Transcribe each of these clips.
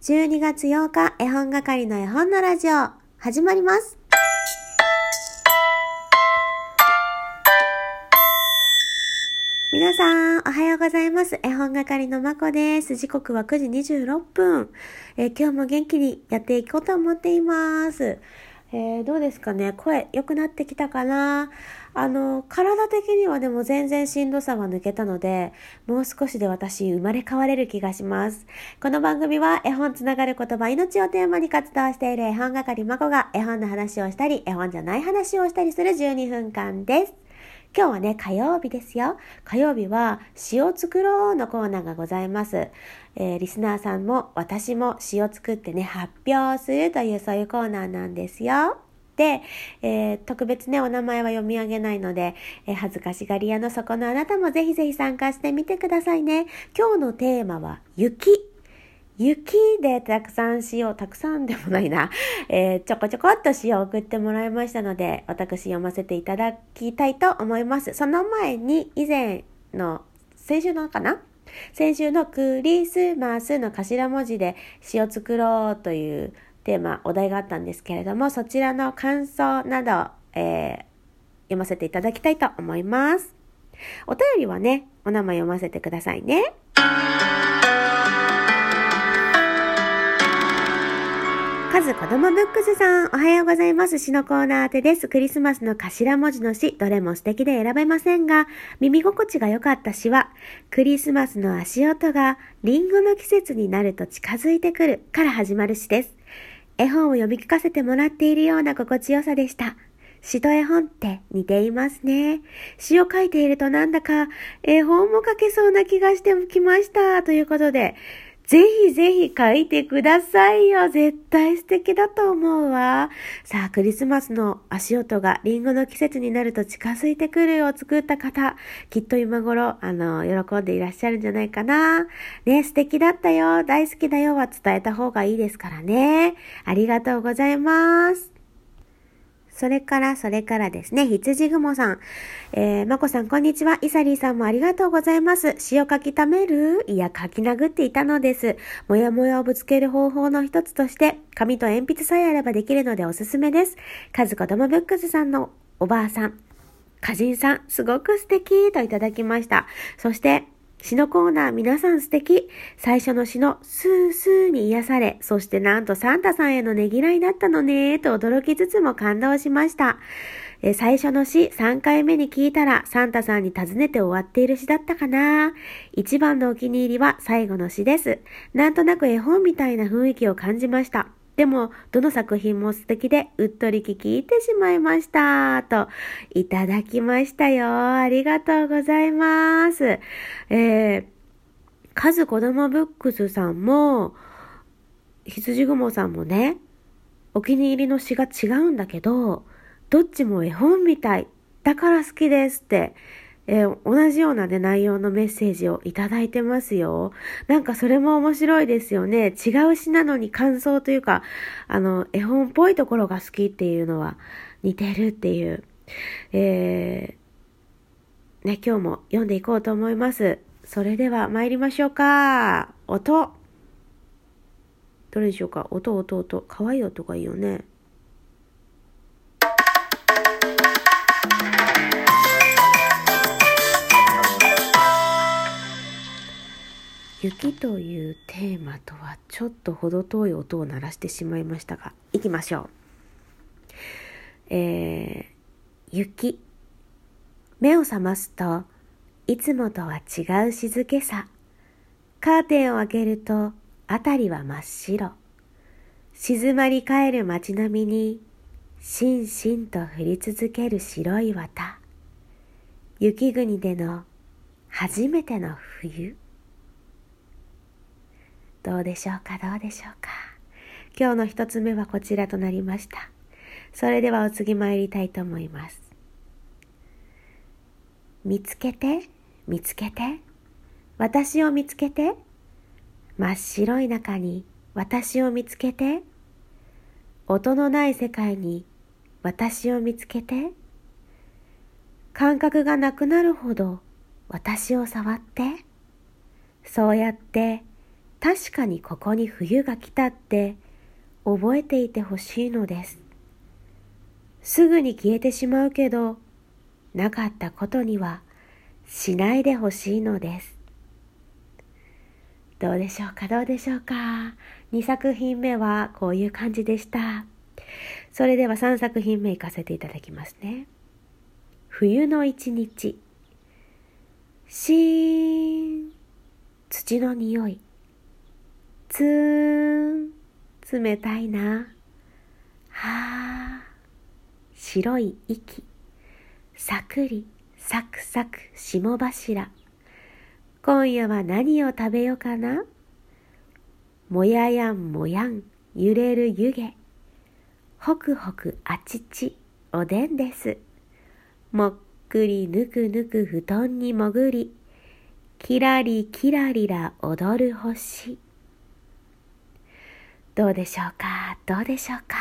12月8日、絵本係の絵本のラジオ、始まります。皆さん、おはようございます。絵本係のまこです。時刻は9時26分。今日も元気にやっていこうと思っています。どうですかね、声良くなってきたかな。体的にはでも全然しんどさは抜けたので、もう少しで私生まれ変われる気がします。この番組は絵本つながる言葉命をテーマに活動している絵本係まこが絵本の話をしたり、絵本じゃない話をしたりする12分間です。今日はね、火曜日ですよ。火曜日は詩を作ろうのコーナーがございます。リスナーさんも私も詩を作ってね、発表するというそういうコーナーなんですよ。で、特別ね、お名前は読み上げないので、恥ずかしがり屋の底のあなたもぜひぜひ参加してみてくださいね。今日のテーマは雪。雪でたくさん詩を、たくさんでもないな、ちょこちょこっと詩を送ってもらいましたので、私読ませていただきたいと思います。その前に以前の、先週のクリスマスの頭文字で詩を作ろうというテーマ、お題があったんですけれども、そちらの感想など、読ませていただきたいと思います。お便りはね、お名前読ませてくださいね。カズ子供ブックスさん、おはようございます。詩のコーナー宛てです。クリスマスの頭文字の詩、どれも素敵で選べませんが、耳心地が良かった詩は、クリスマスの足音がリンゴの季節になると近づいてくるから始まる詩です。絵本を読み聞かせてもらっているような心地よさでした。詩と絵本って似ていますね。詩を書いているとなんだか絵本も書けそうな気がしてきました。ということで、ぜひぜひ書いてくださいよ。絶対素敵だと思うわ。さあ、クリスマスの足音がリンゴの季節になると近づいてくるを作った方、きっと今頃、喜んでいらっしゃるんじゃないかな。ね、素敵だったよ、大好きだよは伝えた方がいいですからね。ありがとうございます。それからですね、羊雲さん。まこさん、こんにちは。イサリーさんもありがとうございます。詩を書き溜める？いや、書き殴っていたのです。もやもやをぶつける方法の一つとして、紙と鉛筆さえあればできるのでおすすめです。カズ子供ブックスさんのおばあさん、歌人さん、すごく素敵といただきました。そして、詩のコーナー皆さん素敵。最初の詩のスースーに癒され、そしてなんとサンタさんへのねぎらいだったのねと驚きつつも感動しました。最初の詩3回目に聞いたらサンタさんに尋ねて終わっている詩だったかな。一番のお気に入りは最後の詩です。なんとなく絵本みたいな雰囲気を感じました。でも、どの作品も素敵で、うっとり聞いてしまいました。と、いただきましたよ。ありがとうございます。カズ子供ブックスさんも、羊雲さんもね、お気に入りの詩が違うんだけど、どっちも絵本みたい。だから好きですって、同じようなね、内容のメッセージをいただいてますよ。なんかそれも面白いですよね。違う詩なのに感想というか、絵本っぽいところが好きっていうのは似てるっていう。ね、今日も読んでいこうと思います。それでは参りましょうか。音。どれにしようか。音。かわいい音がいいよね。雪というテーマとはちょっと程遠い音を鳴らしてしまいましたが、行きましょう。雪。目を覚ますと、いつもとは違う静けさ。カーテンを開けると、あたりは真っ白。静まり返る街並みに、しんしんと降り続ける白い綿。雪国での初めての冬。どうでしょうか。今日の一つ目はこちらとなりました。それではお次参りたいと思います。見つけて、私を見つけて、真っ白い中に私を見つけて、音のない世界に私を見つけて、感覚がなくなるほど私を触って、そうやって確かにここに冬が来たって覚えていてほしいのです。すぐに消えてしまうけど、なかったことにはしないでほしいのです。どうでしょうか、どうでしょうか。2作品目はこういう感じでした。それでは3作品目いかせていただきますね。冬の一日。しーん。土の匂い。つーん。冷たいな。はー。白い息。さくり、サクサク、霜柱。今夜は何を食べようかな。もややんもやん、揺れる湯気。ほくほくあちち、おでんです。もっくりぬくぬく布団に潜り、キラリキラリラ踊る星。どうでしょうか、どうでしょうか。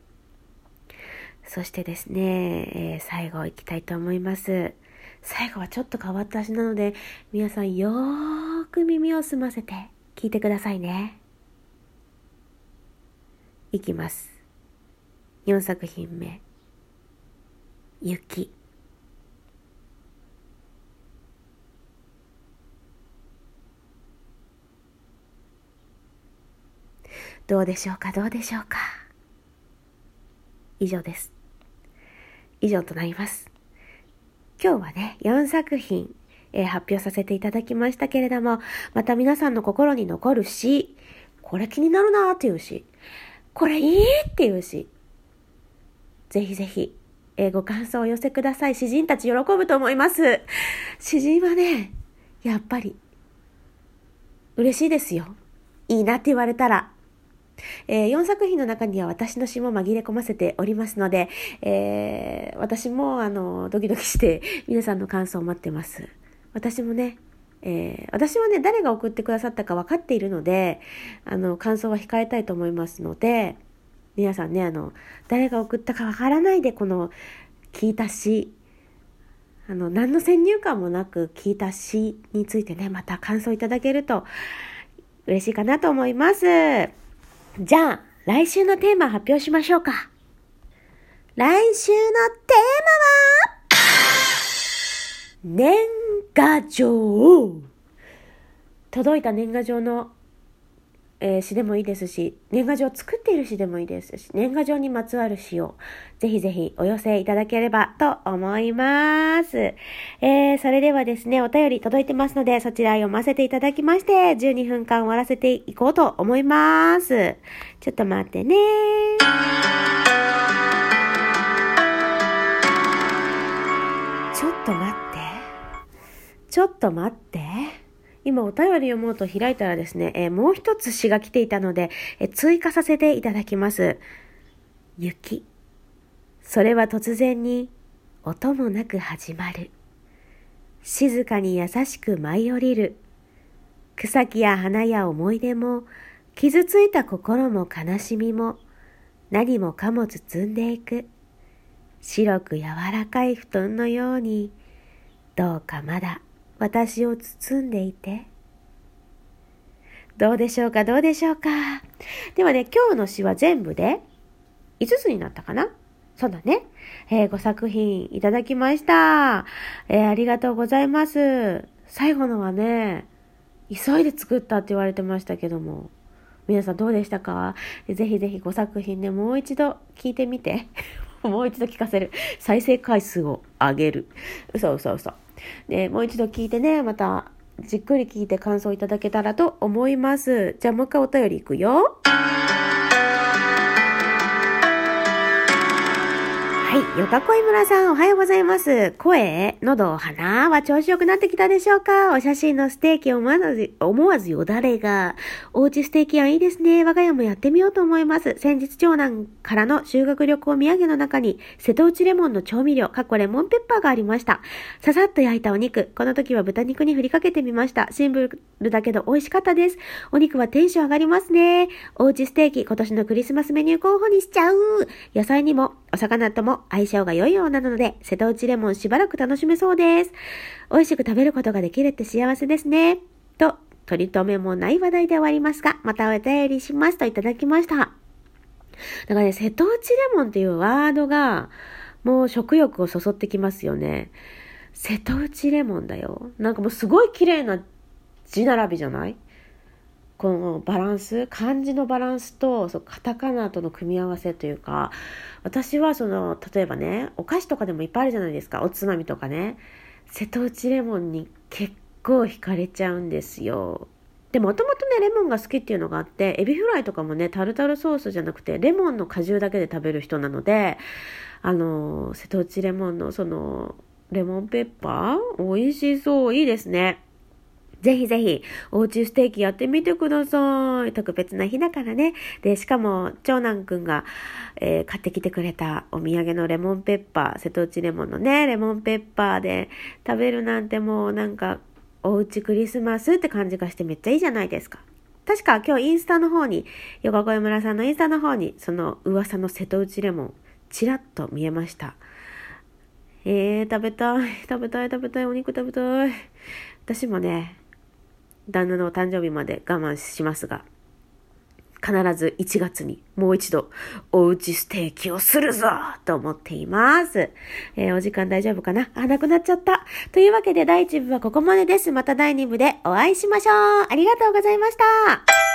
そしてですね、最後いきたいと思います。最後はちょっと変わった足なので、皆さんよーく耳を澄ませて聞いてくださいね。いきます。4作品目。雪。どうでしょうか、どうでしょうか。以上です。以上となります。今日はね、4作品、発表させていただきましたけれども、また皆さんの心に残る詩、これ気になるなーっていう詩、これいいっていう詩、ぜひぜひ、ご感想をお寄せください。詩人たち喜ぶと思います。詩人はね、やっぱり嬉しいですよ。いいなって言われたら。4作品の中には私の詩も紛れ込ませておりますので、私もドキドキして皆さんの感想を待ってます。私はね、誰が送ってくださったか分かっているので、感想は控えたいと思いますので、皆さんね、誰が送ったか分からないでこの聞いた詩、何の先入観もなく聞いた詩についてね、また感想いただけると嬉しいかなと思います。じゃあ、来週のテーマ発表しましょうか。来週のテーマは、年賀状。届いた年賀状の、詩でもいいですし、年賀状を作っている詩でもいいですし、年賀状にまつわる詩をぜひぜひお寄せいただければと思います。それではですね、お便り届いてますので、そちら読ませていただきまして、12分間終わらせていこうと思います。ちょっと待ってね。ちょっと待って。ちょっと待って。今お便り読もうと開いたらですね、もう一つ詩が来ていたので、追加させていただきます。雪。それは突然に音もなく始まる。静かに優しく舞い降りる。草木や花や思い出も、傷ついた心も悲しみも、何もかも包んでいく。白く柔らかい布団のように、どうかまだ私を包んでいて。どうでしょうか、どうでしょうか。ではね、今日の詩は全部で5つになったかな。そうだね。5作品いただきました。ありがとうございます。最後のはね、急いで作ったって言われてましたけども、皆さんどうでしたか。ぜひぜひ5作品でもう一度聞いてみて。もう一度聞かせる。再生回数を上げる。嘘。で、もう一度聞いてね、またじっくり聞いて感想いただけたらと思います。じゃあもう一回お便りいくよ。はい、よかこい村さんおはようございます。声、喉、鼻は調子良くなってきたでしょうか。お写真のステーキ思わずよだれが。おうちステーキ案いいですね。我が家もやってみようと思います。先日長男からの修学旅行土産の中に瀬戸内レモンの調味料、レモンペッパーがありました。ささっと焼いたお肉。この時は豚肉に振りかけてみました。シンプルだけど美味しかったです。お肉はテンション上がりますね。おうちステーキ、今年のクリスマスメニュー候補にしちゃう。野菜にもお魚とも相性が良いようなので、瀬戸内レモンしばらく楽しめそうです。美味しく食べることができるって幸せですね。と取り留めもない話題で終わりますが、またお便りしますといただきました。だからね、瀬戸内レモンっていうワードが、もう食欲をそそってきますよね。瀬戸内レモンだよ。なんかもうすごい綺麗な字並びじゃない？このバランス、漢字のバランスとカタカナとの組み合わせというか、私は例えばね、お菓子とかでもいっぱいあるじゃないですか。おつまみとかね。瀬戸内レモンに結構惹かれちゃうんですよ。でもともとね、レモンが好きっていうのがあって、エビフライとかもね、タルタルソースじゃなくて、レモンの果汁だけで食べる人なので、瀬戸内レモンのレモンペッパー美味しそう。いいですね。ぜひぜひ、おうちステーキやってみてください。特別な日だからね。で、しかも、長男くんが、買ってきてくれたお土産のレモンペッパー、瀬戸内レモンのね、レモンペッパーで食べるなんてもうなんか、おうちクリスマスって感じがしてめっちゃいいじゃないですか。確か今日インスタの方に、横越村さんのインスタの方に、その噂の瀬戸内レモン、ちらっと見えました。食べたい、お肉食べたい。私もね、旦那のお誕生日まで我慢しますが、必ず1月にもう一度おうちステーキをするぞと思っています。お時間大丈夫かな？なくなっちゃった。というわけで第1部はここまでです。また第2部でお会いしましょう。ありがとうございました。